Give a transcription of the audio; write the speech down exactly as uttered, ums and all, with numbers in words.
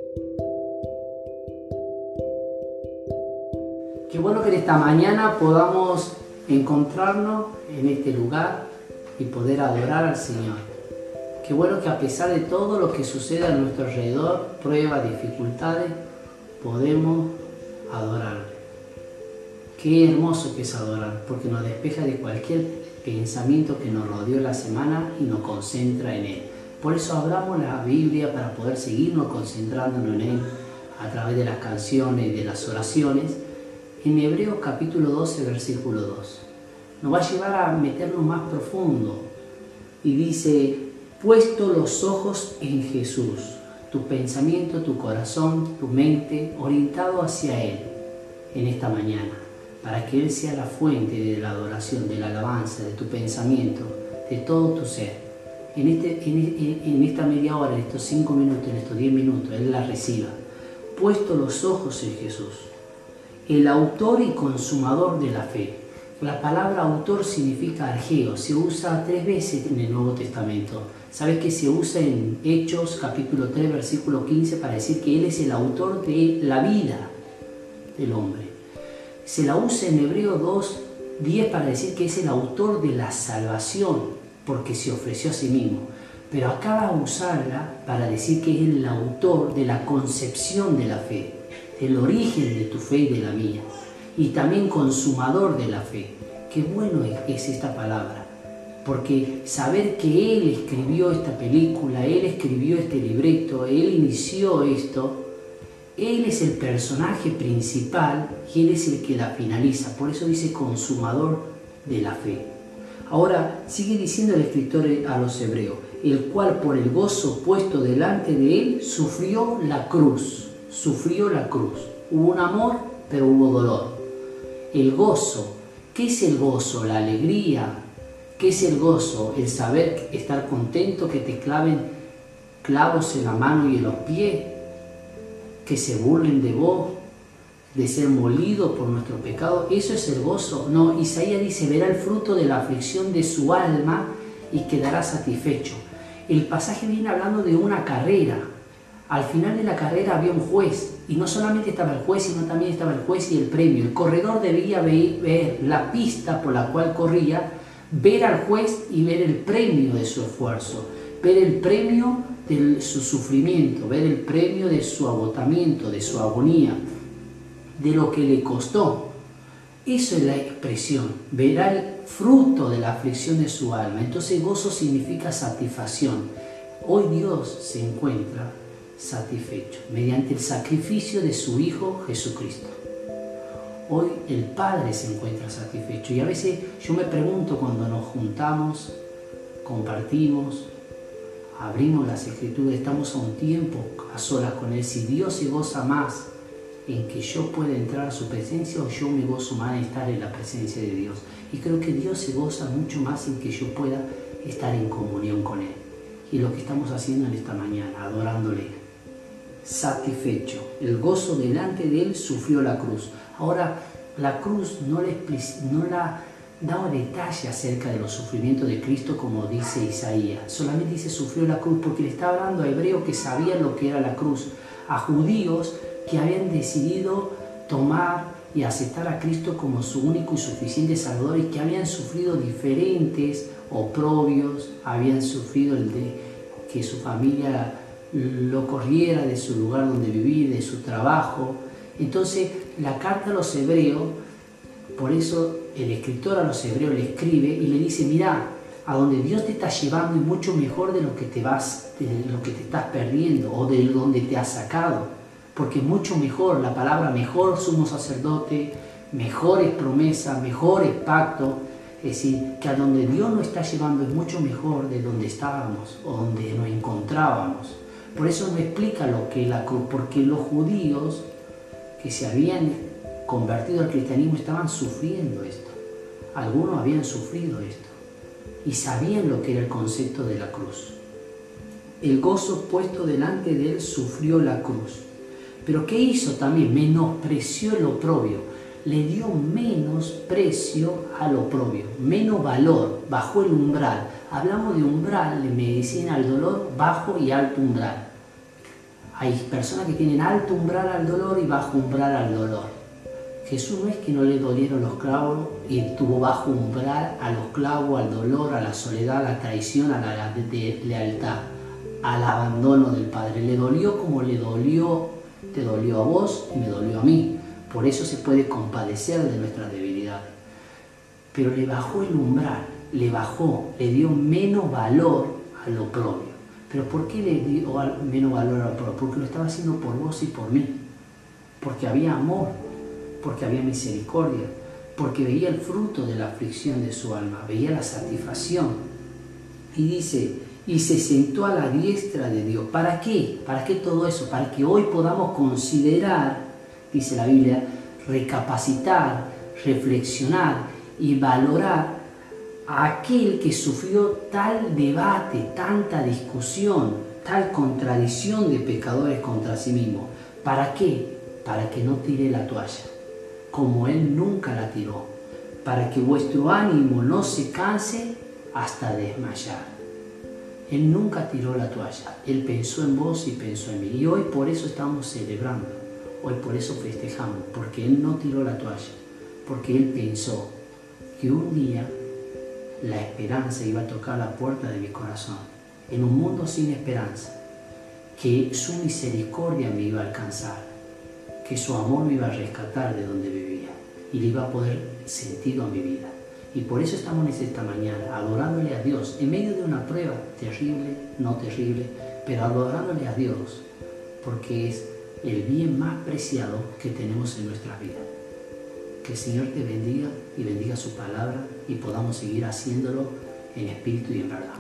Qué bueno que en esta mañana podamos encontrarnos en este lugar y poder adorar al Señor. Qué bueno que a pesar de todo lo que sucede a nuestro alrededor, pruebas, dificultades, podemos adorarle. Qué hermoso que es adorar, porque nos despeja de cualquier pensamiento que nos rodeó la semana y nos concentra en Él. Por eso abramos la Biblia para poder seguirnos concentrándonos en Él a través de las canciones y de las oraciones. En Hebreos capítulo doce, versículo dos. Nos va a llevar a meternos más profundo y dice: puesto los ojos en Jesús, tu pensamiento, tu corazón, tu mente orientado hacia Él en esta mañana, para que Él sea la fuente de la adoración, de la alabanza, de tu pensamiento, de todo tu ser. En, este, en, en esta media hora, en estos cinco minutos, en estos diez minutos, Él la reciba. Puesto los ojos en Jesús, el autor y consumador de la fe. La palabra autor significa argeo, se usa tres veces en el Nuevo Testamento. ¿Sabes que se usa en Hechos capítulo tres, versículo quince, para decir que Él es el autor de la vida del hombre? Se la usa en Hebreos dos, diez para decir que es el autor de la salvación, porque se ofreció a sí mismo. Pero acá va a usarla para decir que es el autor de la concepción de la fe, el origen de tu fe y de la mía, y también consumador de la fe. Qué bueno es esta palabra, porque saber que Él escribió esta película, Él escribió este libreto, Él inició esto, Él es el personaje principal y Él es el que la finaliza. Por eso dice consumador de la fe. Ahora sigue diciendo el escritor a los hebreos: el cual por el gozo puesto delante de Él sufrió la cruz. Sufrió la cruz. Hubo un amor, pero hubo dolor. El gozo. ¿Qué es el gozo? La alegría. ¿Qué es el gozo? El saber estar contento, que te claven clavos en la mano y en los pies, que se burlen de vos, de ser molido por nuestro pecado. ¿Eso es el gozo? No, Isaías dice: verá el fruto de la aflicción de su alma y quedará satisfecho. El pasaje viene hablando de una carrera. Al final de la carrera había un juez, y no solamente estaba el juez, sino también estaba el juez y el premio. El corredor debía ver la pista por la cual corría, ver al juez y ver el premio de su esfuerzo, ver el premio de su sufrimiento, ver el premio de su agotamiento, de su agonía, de lo que le costó. Eso es la expresión: verá el fruto de la aflicción de su alma. Entonces gozo significa satisfacción. Hoy Dios se encuentra satisfecho mediante el sacrificio de su Hijo Jesucristo. Hoy el Padre se encuentra satisfecho. Y a veces yo me pregunto, cuando nos juntamos, compartimos, abrimos las Escrituras, estamos a un tiempo a solas con Él, si Dios se goza más en que yo pueda entrar a su presencia, o yo me gozo más en estar en la presencia de Dios. Y creo que Dios se goza mucho más en que yo pueda estar en comunión con Él. Y lo que estamos haciendo en esta mañana, adorándole. Satisfecho. El gozo delante de Él sufrió la cruz. Ahora, la cruz no le, no la da detalle acerca de los sufrimientos de Cristo, como dice Isaías. Solamente dice sufrió la cruz, porque le está hablando a hebreos que sabían lo que era la cruz, a judíos que habían decidido tomar y aceptar a Cristo como su único y suficiente Salvador, y que habían sufrido diferentes oprobios, habían sufrido el de que su familia lo corriera de su lugar donde vivir, de su trabajo. Entonces la carta a los hebreos, por eso el escritor a los hebreos le escribe y le dice: mira, a donde Dios te está llevando es mucho mejor de lo que te vas, de lo que te estás perdiendo, o de donde te has sacado, porque es mucho mejor. La palabra mejor, sumo sacerdote, mejores promesas, mejores pactos. Es decir, que a donde Dios nos está llevando es mucho mejor de donde estábamos o donde nos encontrábamos. Por eso nos explica lo que es la cruz, porque los judíos que se habían convertido al cristianismo estaban sufriendo esto. Algunos habían sufrido esto y sabían lo que era el concepto de la cruz. El gozo puesto delante de Él sufrió la cruz. Pero ¿qué hizo también? Menospreció el oprobio. Le dio menos precio al oprobio, menos valor, bajó el umbral. Hablamos de umbral de medicina al dolor, bajo y alto umbral. Hay personas que tienen alto umbral al dolor y bajo umbral al dolor. Jesús no es que no le dolieron los clavos y tuvo bajo umbral a los clavos, al dolor, a la soledad, a la traición, a la lealtad, al abandono del Padre. Le dolió como le dolió, te dolió a vos y me dolió a mí. Por eso se puede compadecer de nuestras debilidades. Pero le bajó el umbral, le bajó, le dio menos valor a lo propio. ¿Pero por qué le dio menos valor a lo propio? Porque lo estaba haciendo por vos y por mí. Porque había amor, porque había misericordia, porque veía el fruto de la aflicción de su alma, veía la satisfacción. Y dice, y se sentó a la diestra de Dios. ¿Para qué? ¿Para qué todo eso? Para que hoy podamos considerar, dice la Biblia, recapacitar, reflexionar y valorar a aquel que sufrió tal debate, tanta discusión, tal contradicción de pecadores contra sí mismo. ¿Para qué? Para que no tire la toalla, como Él nunca la tiró, para que vuestro ánimo no se canse hasta desmayar. Él nunca tiró la toalla, Él pensó en vos y pensó en mí. Y hoy por eso estamos celebrando, hoy por eso festejamos, porque Él no tiró la toalla, porque Él pensó que un día la esperanza iba a tocar la puerta de mi corazón, en un mundo sin esperanza, que su misericordia me iba a alcanzar, que su amor me iba a rescatar de donde vivía y le iba a poder sentido a mi vida. Y por eso estamos en esta mañana adorándole a Dios en medio de una prueba terrible, no terrible, pero adorándole a Dios porque es el bien más preciado que tenemos en nuestra vida. Que el Señor te bendiga y bendiga su palabra y podamos seguir haciéndolo en espíritu y en verdad.